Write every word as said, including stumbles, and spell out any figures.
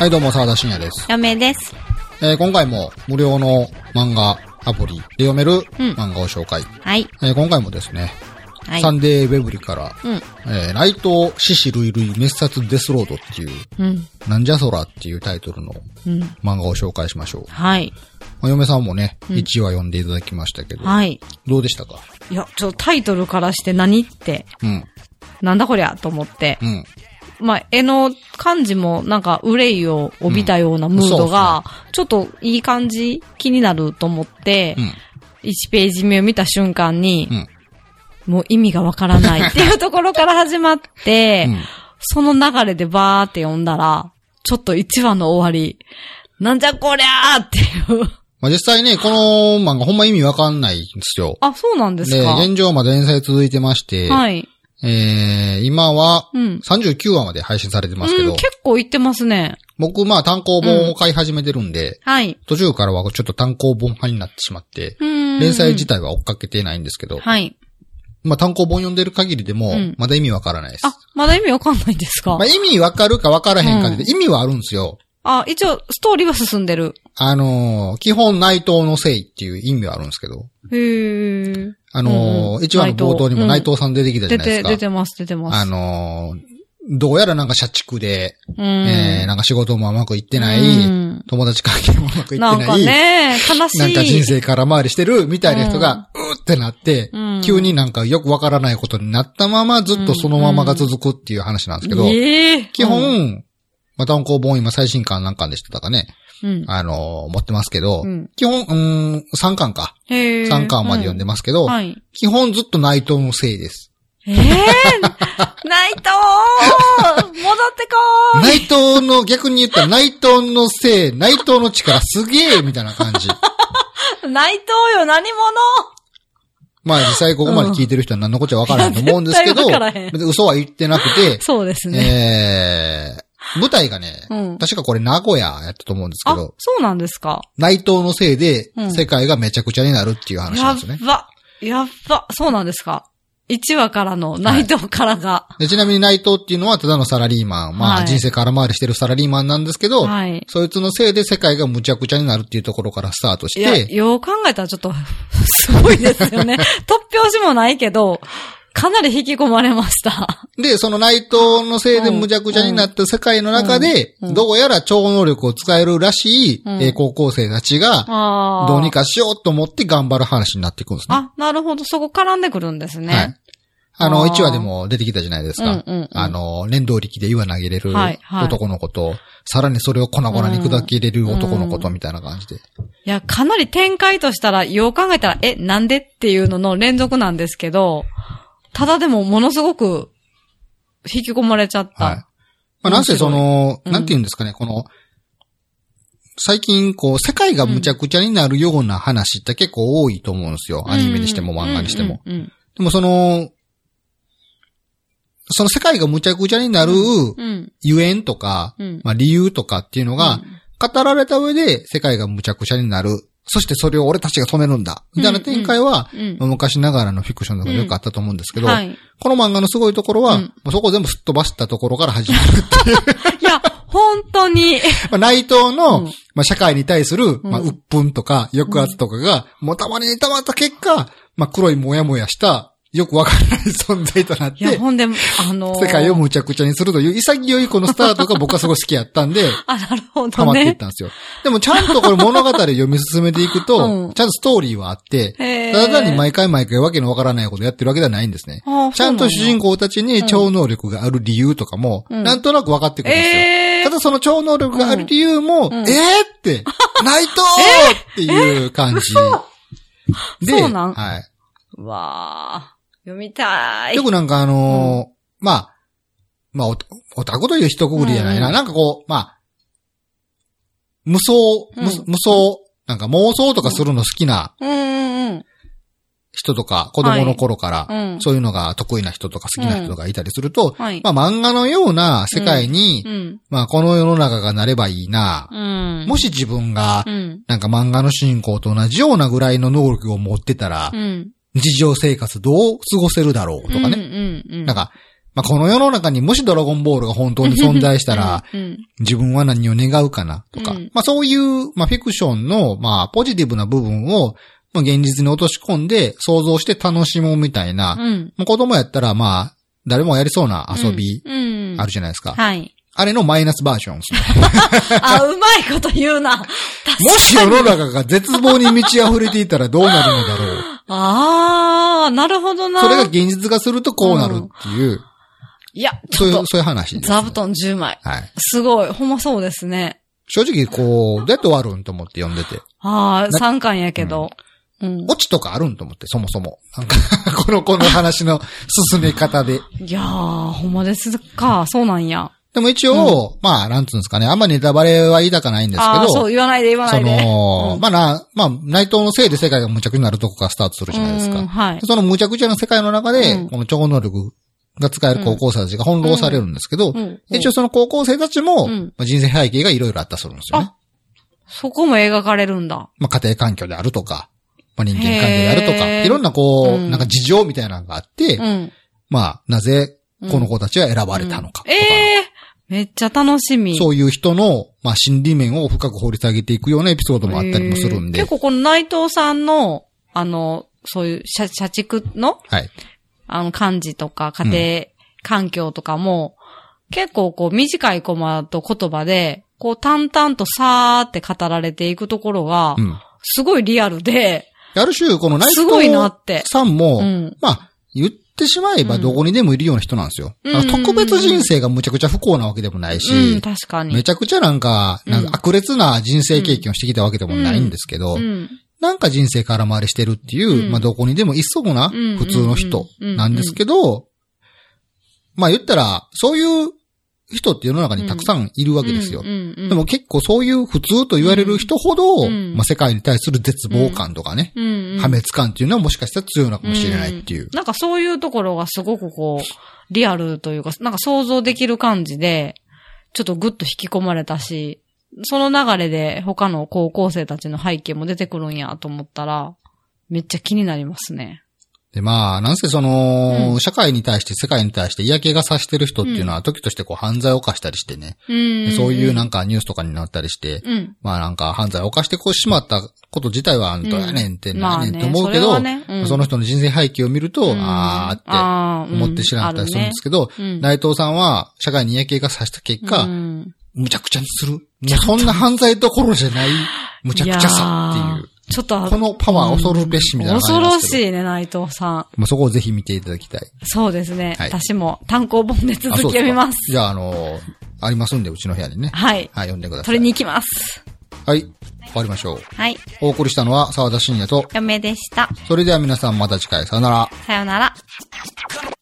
はい、どうも、沢田信也です。 嫁です。 えー、今回も無料の漫画アプリで読める漫画を紹介。うん、 はい。 えー、今回もですね、はい、サンデーウェブリから、うん、えー、内藤獅子類類滅殺デスロードっていう、うん、なんじゃそらっていうタイトルの漫画を紹介しましょう。うん、 はい。 まあ、嫁さんもね、うん、いちわ読んでいただきましたけど、はい。どうでしたか？ いや、ちょっとタイトルからして何って、うん。なんだこりゃと思って、うん。まあ、絵の感じもなんか憂いを帯びたようなムードが、ちょっといい感じ気になると思って、うん、いちページ目を見た瞬間に、うん、もう意味がわからないっていうところから始まって、うん、その流れでバーって読んだら、ちょっといちわの終わり、なんじゃこりゃーっていう。 まあ、実際ね、この漫画ほんま意味わかんないんですよ。 あ、そうなんですか。 で、現状まで連載続いてまして、はい。えー、今は、さんじゅうきゅうわまで配信されてますけど。うん、 結構いってますね。 僕、まあ、単行本を買い始めてるんで、うん、はい。途中からはちょっと単行本派になってしまって、連載自体は追っかけてないんですけど、はい。まあ、単行本読んでる限りでも、まだ意味わからないです。 あ、まだ意味わかんないんですか？ まあ、意味わかるかわからへんかで、うん、意味はあるんですよ。 あ、一応、ストーリーは進んでる。 あのー、基本内藤のせいっていう意味はあるんですけど。 へー。 あのー、うん、一話の冒頭にも内藤さん出てきたじゃないですか。 出て、出てます、出てます。 あのー、どうやらなんか社畜で、うん、えー、なんか仕事もうまくいってない、うん、友達関係もうまくいってない。 なんかね、悲しい。 なんか人生空回りしてるみたいな人が、うん、うーってなって、うん、急になんかよくわからないことになったままずっとそのままが続くっていう話なんですけど、うんうんえー、基本、うんまあ、単行本今最新刊何巻でしたかね。うん、あのー、持ってますけど、うん、基本、うーん、さんかんか。へさんかんまで読んでますけど、うんはい、基本ずっと内藤のせいです。 えー、内藤戻ってこーい内藤の、逆に言ったら内藤のせい、内藤の力すげーみたいな感じ。 内藤よ、何者まあ実際ここまで聞いてる人は何のこっちゃわからないと思うんですけど、別に嘘は言ってなくて、 そうですね。 えー舞台がね、うん、確かこれ名古屋やったと思うんですけど。 あ、そうなんですか。 内藤のせいで世界がめちゃくちゃになるっていう話なんですよね。 やっば、やっば、そうなんですか。いちわからの内藤からが、 はいで。ちなみに内藤っていうのはただのサラリーマン。まあ、はい、人生空回りしてるサラリーマンなんですけど、はい、そいつのせいで世界がむちゃくちゃになるっていうところからスタートして。いや、 よう考えたらちょっと、すごいですよね。突拍子もないけど、かなり引き込まれました。 で、その内藤のせいで無茶苦茶になった世界の中で、うんうん、どうやら超能力を使えるらしい、うんえー、高校生たちが、どうにかしようと思って頑張る話になっていくんですね。 あ、なるほど。そこ絡んでくるんですね。はい。 あの、いちわでも出てきたじゃないですか。うんうんうん、あの、念動力で岩投げれる男の子と、はいはい、さらにそれを粉々に砕き入れる男の子とみたいな感じで。 うん、いや、かなり展開としたら、よう考えたら、え、なんでっていうのの連続なんですけど、ただでもものすごく引き込まれちゃった。はい。まあ、なんせその、うん、なんて言うんですかね、この、最近こう、世界がむちゃくちゃになるような話って結構多いと思うんですよ。うん、アニメにしても漫画にしても。うんうんうん、でもその、その世界がむちゃくちゃになるゆえんとか、うん、まあ理由とかっていうのが、語られた上で世界がむちゃくちゃになる。そしてそれを俺たちが止めるんだ。みたいな展開は、うんうん、昔ながらのフィクションとかよくあったと思うんですけど、うんはい、この漫画のすごいところは、うん、そこを全部すっ飛ばしたところから始まるっていう。 いや、本当に。 まあ、内藤の、うんまあ、社会に対する、まあ、鬱憤とか抑圧とかが、もうたまりにたまった結果、まあ、黒いもやもやした、よくわからない存在となって。 いや、ほんで、あのー、 世界をむちゃくちゃにするという潔いこのスタートが僕はすごい好きやったんで。 あ、なるほどね。 ハマっていったんですよ。でもちゃんとこれ物語を読み進めていくと、うん、ちゃんとストーリーはあって、ただ単に毎回毎回わけのわからないことやってるわけではないんですね。ちゃんと主人公たちに超能力がある理由とかも、うん、なんとなく分かってくるんですよ。えー、ただその超能力がある理由も、うん、えーって、内藤っていう感じ。 で、そうなん？ はい。 うわー。読みたい。 よくなんかあのーうん、まあ、まあ、お、おたこという一括りじゃないな。うん、なんかこう、まあ、無双、うん、無、無双、なんか妄想とかするの好きな人とか、子供の頃から、そういうのが得意な人とか好きな人がいたりすると、うんはい、まあ漫画のような世界に、うん、まあこの世の中がなればいいな。うん、もし自分が、なんか漫画の主人公と同じようなぐらいの能力を持ってたら、うん日常生活どう過ごせるだろうとかね。うんうんうん、なんか、 まあ、この世の中にもしドラゴンボールが本当に存在したら、うんうん、自分は何を願うかなとか、うん、まあそういう、まあフィクションの、まあポジティブな部分を、まあ現実に落とし込んで想像して楽しむみたいな、うん、まあ子供やったらまあ、誰もやりそうな遊び、あるじゃないですか。うんうん、はい。あれのマイナスバージョンですね。 あ、うまいこと言うな。もし世の中が絶望に満ち溢れていたらどうなるのだろう。 ああ、なるほどな。 それが現実化するとこうなるっていう。うん、 いや、 そういう、そういう話です、ね。 座布団じゅうまい。はい。すごい。ほんまそうですね。 正直、こう、どうやって終わるんと思って読んでて。 ああ、さんかんやけど。 うん。オチとかあるんと思って、そもそも。なんか、この、この話の進め方で。 いやー、ほんまですか。そうなんや。 でも一応、うん、まあ、なんつうんですかね。あんまネタバレは言いたかないんですけど。あそう、言わないで言わないで。 その、うん、まあな、まあ、内藤のせいで世界が無茶苦になるとこからスタートするじゃないですか。うん、はい。その無茶苦茶の世界の中で、うん、この超能力が使える高校生たちが翻弄されるんですけど、うんうん、一応その高校生たちも、うんまあ、人生背景がいろいろあったりするんですよね。あ、 そこも描かれるんだ。 まあ、家庭環境であるとか、まあ、人間関係であるとか、いろんなこう、うん、なんか事情みたいなのがあって、うん、まあ、なぜこの子たちは選ばれたのかとか、うんうん、ええーめっちゃ楽しみ。 そういう人の、まあ、心理面を深く掘り下げていくようなエピソードもあったりもするんで。 結構この内藤さんの、あの、そういう社、社畜の、はい。あの、漢字とか家庭環境とかも、うん、結構こう短いコマと言葉で、こう淡々とさーって語られていくところが、うん、すごいリアルで、 ある種、この内藤さんも、うん、まあ、言って言ってしまえばどこにでもいるような人なんですよ。うん、特別人生がむちゃくちゃ不幸なわけでもないし、 うん、確かに。 めちゃくちゃなんか、なんか悪劣な人生経験をしてきたわけでもないんですけど、うんうん、なんか人生空回りしてるっていう、うん、まあどこにでも一足な普通の人なんですけど、まあ言ったら、そういう人って世の中にたくさんいるわけですよ。でも結構そういう普通と言われる人ほど、うん、まあ世界に対する絶望感とかね、うんうんうん、破滅感っていうのはもしかしたら強いのかもしれないっていう、 うん。なんかそういうところがすごくこう、リアルというか、なんか想像できる感じで、ちょっとグッと引き込まれたし、その流れで他の高校生たちの背景も出てくるんやと思ったら、めっちゃ気になりますね。 で、まあ、なんせその、うん、社会に対して世界に対して嫌気がさしてる人っていうのは、時としてこう犯罪を犯したりしてね、うん、そういうなんかニュースとかになったりして、うん、まあなんか犯罪を犯してこうしまったこと自体は、どうやねんって何やねんって思うけど、まあねそねうん、その人の人生背景を見ると、うん、あーって思って知らなかったりするんですけど、うんねうん、内藤さんは社会に嫌気がさした結果、うん、むちゃくちゃにする。そんな犯罪どころじゃない、むちゃくちゃさっていう。 ちょっと、 このパワー恐るべしみたいな感じですけど。恐ろしいね、内藤さん。 もうそこをぜひ見ていただきたい。 そうですね。はい、私も単行本で続き読みます。 じゃあ、あのー、ありますんで、うちの部屋にね。 はい。 はい、読んでください。 取りに行きます。 はい。終わりましょう。 はい。 お送りしたのは沢田信也と、 嫁でした。 それでは皆さんまた次回、さよなら。 さよなら。